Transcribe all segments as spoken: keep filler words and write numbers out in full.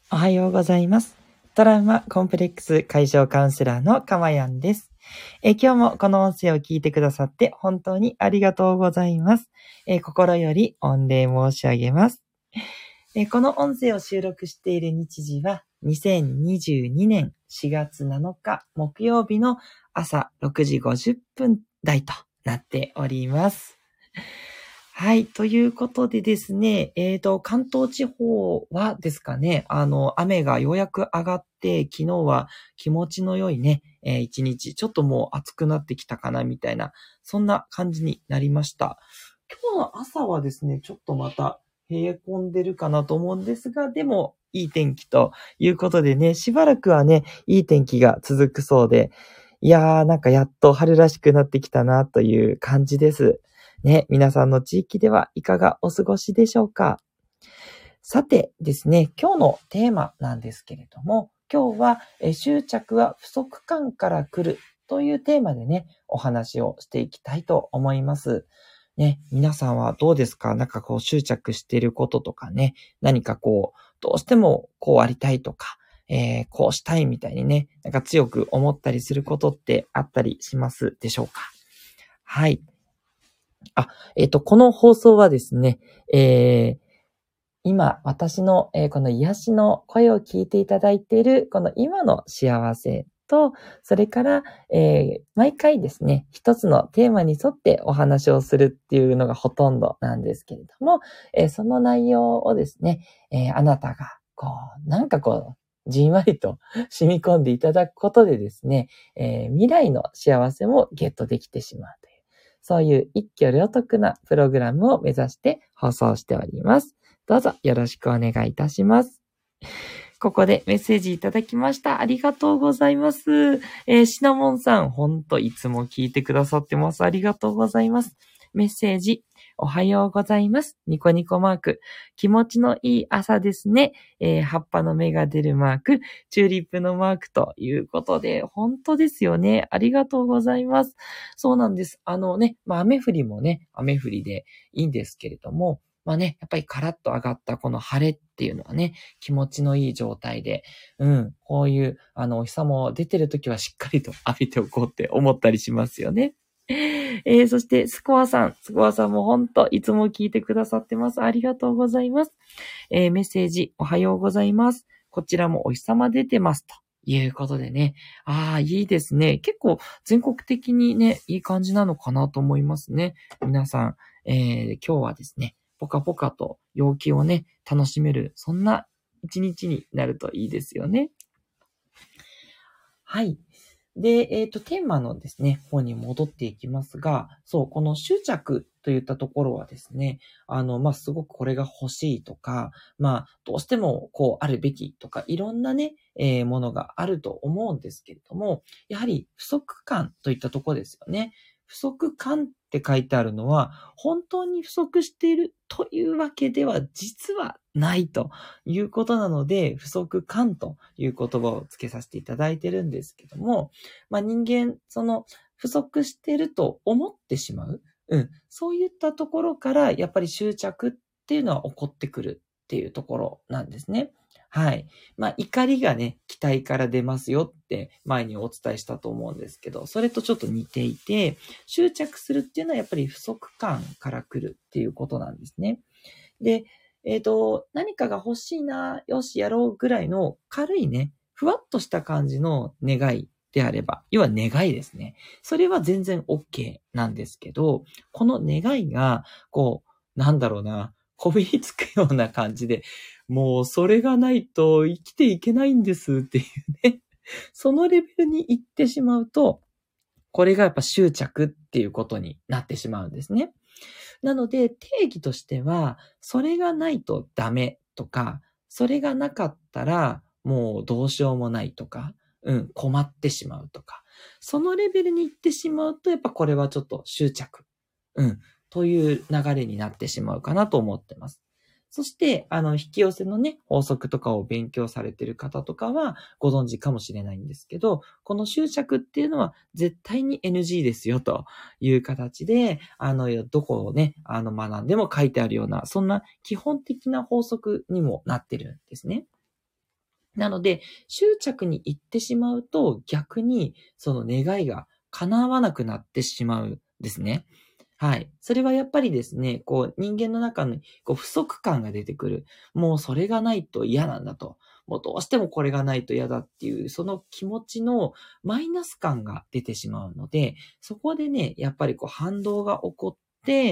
おはようございます。トラウマコンプレックス解消カウンセラーのかまやんです。え今日もこの音声を聞いてくださって本当にありがとうございます。え心より御礼申し上げます。えこの音声を収録している日時はにせんにじゅうにねんしがつなのか木曜日の朝ろくじごじゅっぷん台となっております。はい。ということでですね、えっと、関東地方はですかね、あの、雨がようやく上がって、昨日は気持ちの良いね、えー、一日、ちょっともう暑くなってきたかな、みたいな、そんな感じになりました。今日の朝はですね、ちょっとまた冷え込んでるかなと思うんですが、でも、いい天気ということでね、しばらくはね、いい天気が続くそうで、いやー、なんかやっと春らしくなってきたな、という感じです。ね、皆さんの地域ではいかがお過ごしでしょうか。さてですね、今日のテーマなんですけれども、今日はえ執着は不足感から来るというテーマでね、お話をしていきたいと思います。ね、皆さんはどうですか？なんかこう執着していることとかね、何かこう、どうしてもこうありたいとか、えー、こうしたいみたいにね、なんか強く思ったりすることってあったりしますでしょうか？はい。あ、えっと、この放送はですね、えー、今、私の、えー、この癒しの声を聞いていただいている、この今の幸せと、それから、えー、毎回ですね、一つのテーマに沿ってお話をするっていうのがほとんどなんですけれども、えー、その内容をですね、えー、あなたが、こう、なんかこう、じんわりと染み込んでいただくことでですね、えー、未来の幸せもゲットできてしまうという。そういう一挙両得なプログラムを目指して放送しております。どうぞよろしくお願いいたします。ここでメッセージいただきました。ありがとうございます。えー、シナモンさん、ほんといつも聞いてくださってます。ありがとうございます。メッセージ、おはようございます。ニコニコマーク。気持ちのいい朝ですね。えー、葉っぱの芽が出るマーク、チューリップのマークということで、本当ですよね。ありがとうございます。そうなんです。あのね、まあ雨降りもね、雨降りでいいんですけれども、まあね、やっぱりカラッと上がったこの晴れっていうのはね、気持ちのいい状態で、うん、こういう、あの、お日様を出てるときはしっかりと浴びておこうって思ったりしますよね。えー、そして、スコアさん。スコアさんも本当いつも聞いてくださってます。ありがとうございます。えー、メッセージ、おはようございます。こちらもお日様出てます。ということでね。ああ、いいですね。結構全国的にね、いい感じなのかなと思いますね。皆さん、えー、今日はですね、ポカポカと陽気をね、楽しめる、そんな一日になるといいですよね。はい。で、えっと、テーマのですね、方に戻っていきますが、そう、この執着といったところはですね、あの、まあ、すごくこれが欲しいとか、まあ、どうしてもこうあるべきとか、いろんなね、えーものがあると思うんですけれども、やはり不足感といったところですよね。不足感って書いてあるのは、本当に不足しているというわけでは実はないということなので、不足感という言葉をつけさせていただいてるんですけども、まあ人間、その不足していると思ってしまう。うん。そういったところから、やっぱり執着っていうのは起こってくるっていうところなんですね。はい。まあ怒りがね、期待から出ますよって前にお伝えしたと思うんですけど、それとちょっと似ていて、執着するっていうのはやっぱり不足感から来るっていうことなんですね。で、えっと、何かが欲しいな、よし、やろうぐらいの軽いね、ふわっとした感じの願いであれば、要は願いですね。それは全然 OK なんですけど、この願いが、こう、なんだろうな、こびりつくような感じで、もうそれがないと生きていけないんですっていうね。そのレベルに行ってしまうと、これがやっぱ執着っていうことになってしまうんですね。なので、定義としては、それがないとダメとか、それがなかったらもうどうしようもないとか、うん、困ってしまうとか、そのレベルに行ってしまうと、やっぱこれはちょっと執着、うん、という流れになってしまうかなと思ってます。そして、あの、引き寄せのね、法則とかを勉強されている方とかはご存知かもしれないんですけど、この執着っていうのは絶対に エヌジー ですよという形で、あの、どこをね、あの、学んでも書いてあるような、そんな基本的な法則にもなってるんですね。 なので、執着に行ってしまうと逆にその願いが叶わなくなってしまうんですね。はい。それはやっぱりですね、こう人間の中にこう不足感が出てくる。もうそれがないと嫌なんだと。もうどうしてもこれがないと嫌だっていう、その気持ちのマイナス感が出てしまうので、そこでね、やっぱりこう反動が起こって、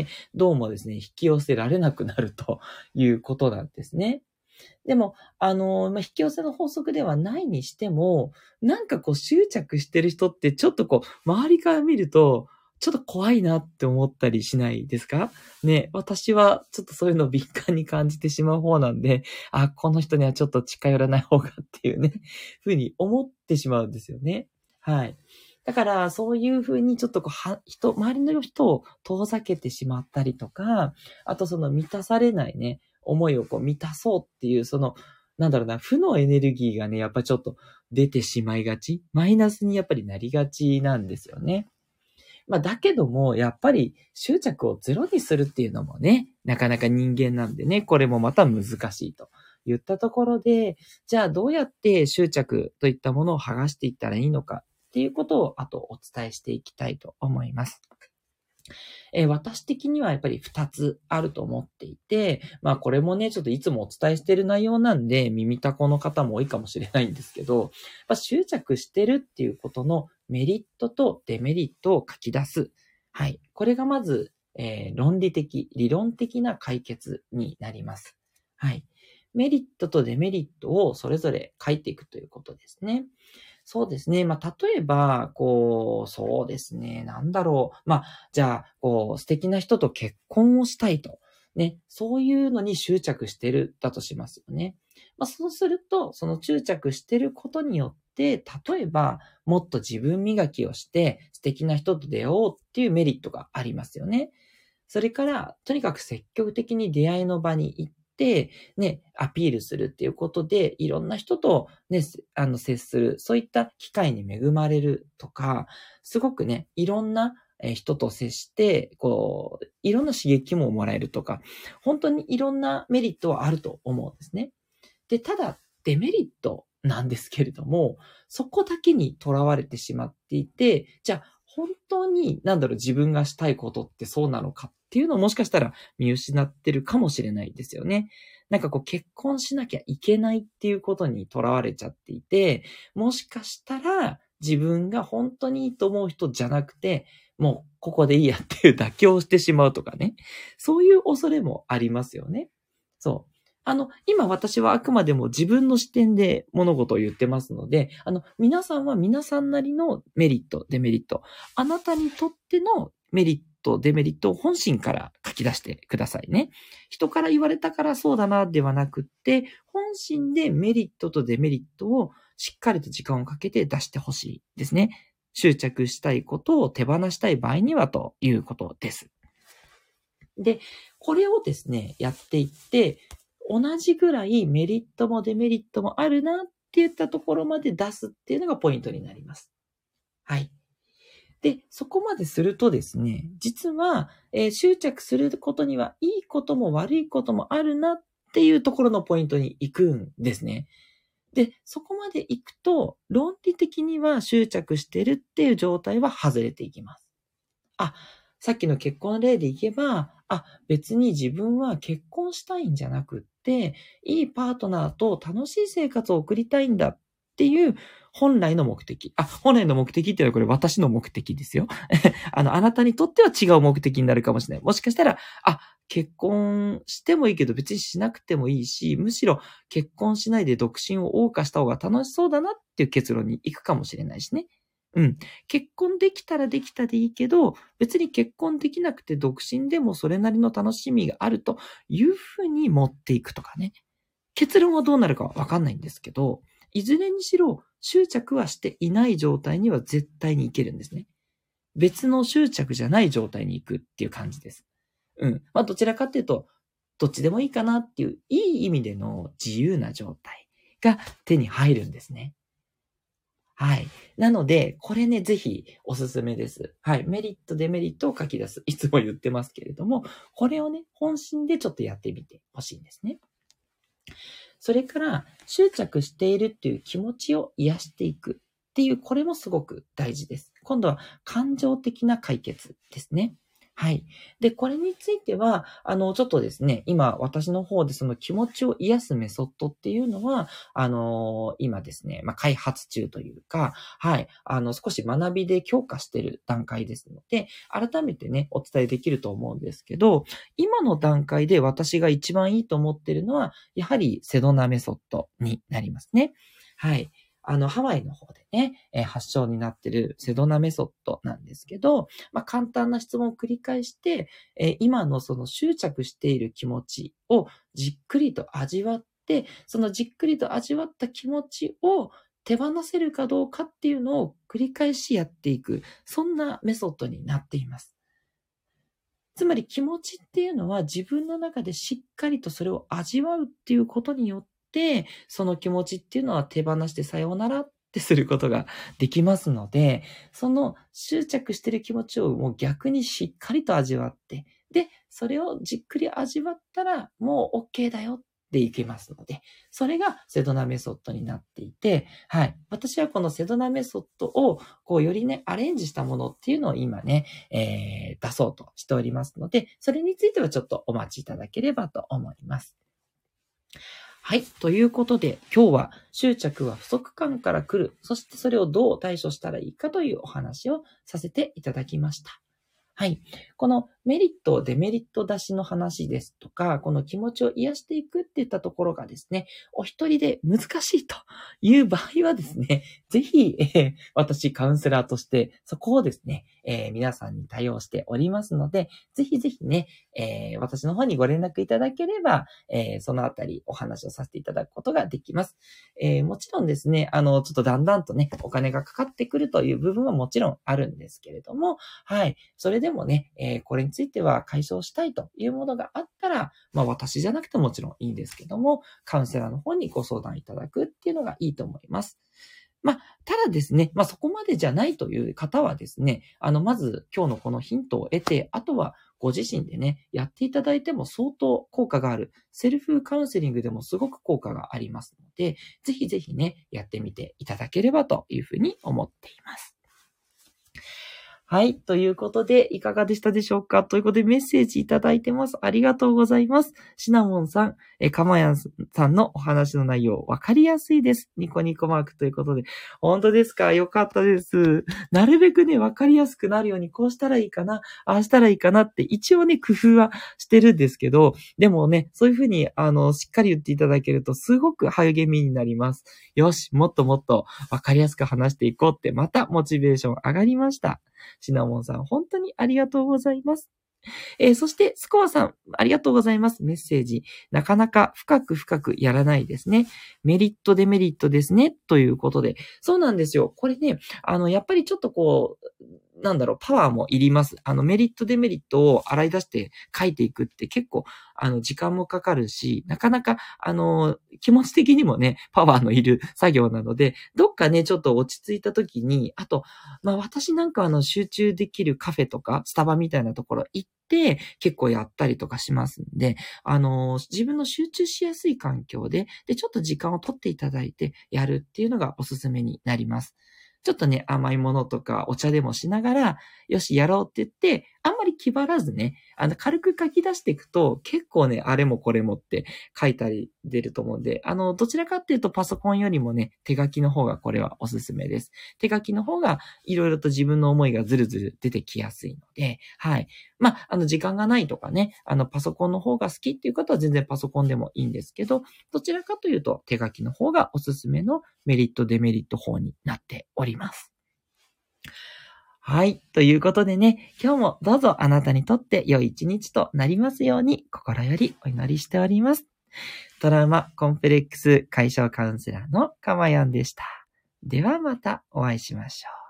どうもですね、引き寄せられなくなるということなんですね。でも、あの、まあ、引き寄せの法則ではないにしても、なんかこう執着してる人ってちょっとこう、周りから見ると、ちょっと怖いなって思ったりしないですかね。私はちょっとそういうのを敏感に感じてしまう方なんで、あ、この人にはちょっと近寄らない方がっていうね、ふうに思ってしまうんですよね。はい。だから、そういうふうにちょっとこう、は、人、周りの人を遠ざけてしまったりとか、あとその満たされないね、思いをこう満たそうっていう、その、なんだろうな、負のエネルギーがね、やっぱりちょっと出てしまいがち、マイナスにやっぱりなりがちなんですよね。まあ、だけども、やっぱり執着をゼロにするっていうのもね、なかなか人間なんでね、これもまた難しいと言ったところで、じゃあどうやって執着といったものを剥がしていったらいいのかっていうことを、あとお伝えしていきたいと思います。えー、私的にはやっぱりふたつあると思っていて、まあこれもね、ちょっといつもお伝えしている内容なんで、耳たこの方も多いかもしれないんですけど、まあ、執着してるっていうことのメリットとデメリットを書き出す。はい。これがまず、えー、論理的、理論的な解決になります。はい。メリットとデメリットをそれぞれ書いていくということですね。そうですね。まあ、例えば、こう、そうですね。なんだろう。まあ、じゃあ、こう、素敵な人と結婚をしたいと。ね。そういうのに執着してる、だとしますよね。まあ、そうすると、その執着してることによって、例えば、もっと自分磨きをして、素敵な人と出会おうっていうメリットがありますよね。それから、とにかく積極的に出会いの場に行って、ね、アピールするっていうことで、いろんな人とね、あの、接する、そういった機会に恵まれるとか、すごくね、いろんな人と接して、こう、いろんな刺激ももらえるとか、本当にいろんなメリットはあると思うんですね。で、ただ、デメリットなんですけれども、そこだけにとらわれてしまっていて、じゃあ、本当に、なんだろう、自分がしたいことってそうなのかっていうのをもしかしたら見失ってるかもしれないですよね。なんかこう結婚しなきゃいけないっていうことにとらわれちゃっていて、もしかしたら自分が本当にいいと思う人じゃなくて、もうここでいいやっていう妥協をしてしまうとかね。そういう恐れもありますよね。そう。あの、今私はあくまでも自分の視点で物事を言ってますので、あの、皆さんは皆さんなりのメリット、デメリット、あなたにとってのメリット、デメリットを本心から書き出してくださいね。人から言われたからそうだなではなくって、本心でメリットとデメリットをしっかりと時間をかけて出してほしいですね。執着したいことを手放したい場合にはということです。で、これをですね、やっていって、同じぐらいメリットもデメリットもあるなって言ったところまで出すっていうのがポイントになります。はい。で、そこまでするとですね、実は、えー、執着することにはいいことも悪いこともあるなっていうところのポイントに行くんですね。で、そこまで行くと、論理的には執着してるっていう状態は外れていきます。あ、さっきの結婚例でいけば、あ、別に自分は結婚したいんじゃなくって、いいパートナーと楽しい生活を送りたいんだっていう本来の目的。あ、本来の目的っていうのはこれ私の目的ですよ。あの、あなたにとっては違う目的になるかもしれない。もしかしたら、あ、結婚してもいいけど別にしなくてもいいし、むしろ結婚しないで独身を謳歌した方が楽しそうだなっていう結論に行くかもしれないしね。うん。結婚できたらできたでいいけど、別に結婚できなくて独身でもそれなりの楽しみがあるというふうに持っていくとかね。結論はどうなるかはわかんないんですけど、いずれにしろ執着はしていない状態には絶対にいけるんですね。別の執着じゃない状態に行くっていう感じです。うん。まあどちらかっていうと、どっちでもいいかなっていういい意味での自由な状態が手に入るんですね。はい。なので、これね、ぜひおすすめです。はい。メリット、デメリットを書き出す。いつも言ってますけれども、これをね、本心でちょっとやってみてほしいんですね。それから、 執着しているっていう気持ちを癒していくっていう、これもすごく大事です。今度は感情的な解決ですね。はい。で、これについては、あの、ちょっとですね、今、私の方でその気持ちを癒すメソッドっていうのは、あの、今ですね、まあ、開発中というか、はい、あの、少し学びで強化している段階ですので、改めてね、お伝えできると思うんですけど、今の段階で私が一番いいと思っているのは、やはりセドナメソッドになりますね。はい。あの、ハワイの方でね、えー発祥になっているセドナメソッドなんですけど、まあ、簡単な質問を繰り返して、えー今のその執着している気持ちをじっくりと味わって、そのじっくりと味わった気持ちを手放せるかどうかっていうのを繰り返しやっていく、そんなメソッドになっています。つまり気持ちっていうのは自分の中でしっかりとそれを味わうっていうことによって、その気持ちっていうのは手放してさようならってすることができますので、その執着している気持ちをもう逆にしっかりと味わって、で、それをじっくり味わったらもう OK だよっていけますので、それがセドナメソッドになっていて、はい。私はこのセドナメソッドをこうよりね、アレンジしたものっていうのを今ね、えー出そうとしておりますので、それについてはちょっとお待ちいただければと思います。はい。ということで、今日は執着は不足感から来る。そしてそれをどう対処したらいいかというお話をさせていただきました。はい。このメリット、デメリット出しの話ですとか、この気持ちを癒していくっていったところがですね、お一人で難しいという場合はですね、ぜひ、えー私カウンセラーとしてそこをですね、えー皆さんに対応しておりますので、ぜひぜひね、えー私の方にご連絡いただければ、えーそのあたりお話をさせていただくことができます。えーもちろんですね、あの、ちょっとだんだんとね、お金がかかってくるという部分はもちろんあるんですけれども、はい。それでもね、えーこれについては解消したいというものがあったら、まあ私じゃなくてもちろんいいんですけども、カウンセラーの方にご相談いただくっていうのがいいと思います。まあ、ただですね、まあそこまでじゃないという方はですね、あの、まず今日のこのヒントを得て、あとはご自身でね、やっていただいても相当効果がある。セルフカウンセリングでもすごく効果がありますので、ぜひぜひね、やってみていただければというふうに思っています。はい。ということで、いかがでしたでしょうかということで、メッセージいただいてます。ありがとうございます。シナモンさん、え、かまやんさんのお話の内容、わかりやすいです。ニコニコマークということで。本当ですか？よかったです。なるべくね、わかりやすくなるように、こうしたらいいかな、ああしたらいいかなって、一応ね、工夫はしてるんですけど、でもね、そういうふうに、あの、しっかり言っていただけると、すごく励みになります。よし、もっともっとわかりやすく話していこうって、またモチベーション上がりました。シナモンさん、本当にありがとうございます。えーそして、スコアさん、ありがとうございます。メッセージ。なかなか深く深くやらないですね。メリット、デメリットですね。ということで。そうなんですよ。これね、あの、やっぱりちょっとこう、なんだろう、パワーもいります。あの、メリット、デメリットを洗い出して書いていくって結構、あの、時間もかかるし、なかなか、あの、気持ち的にもね、パワーのいる作業なので、どっかね、ちょっと落ち着いた時に、あと、まあ私なんかあの、集中できるカフェとか、スタバみたいなところ行って、結構やったりとかしますんで、あの、自分の集中しやすい環境で、で、ちょっと時間を取っていただいてやるっていうのがおすすめになります。ちょっとね、甘いものとかお茶でもしながら、よし、やろうって言って、あんまり気張らずね、あの、軽く書き出していくと、結構ね、あれもこれもって書いたり出ると思うんで、あの、どちらかっていうとパソコンよりもね、手書きの方がこれはおすすめです。手書きの方が、いろいろと自分の思いがずるずる出てきやすいので、はい。まあ、あの、時間がないとかね、あの、パソコンの方が好きっていう方は全然パソコンでもいいんですけど、どちらかというと手書きの方がおすすめのメリット、デメリット法になっております。はい。ということでね、今日もどうぞあなたにとって良い一日となりますように心よりお祈りしております。トラウマコンプレックス解消カウンセラーのかまやんでした。ではまたお会いしましょう。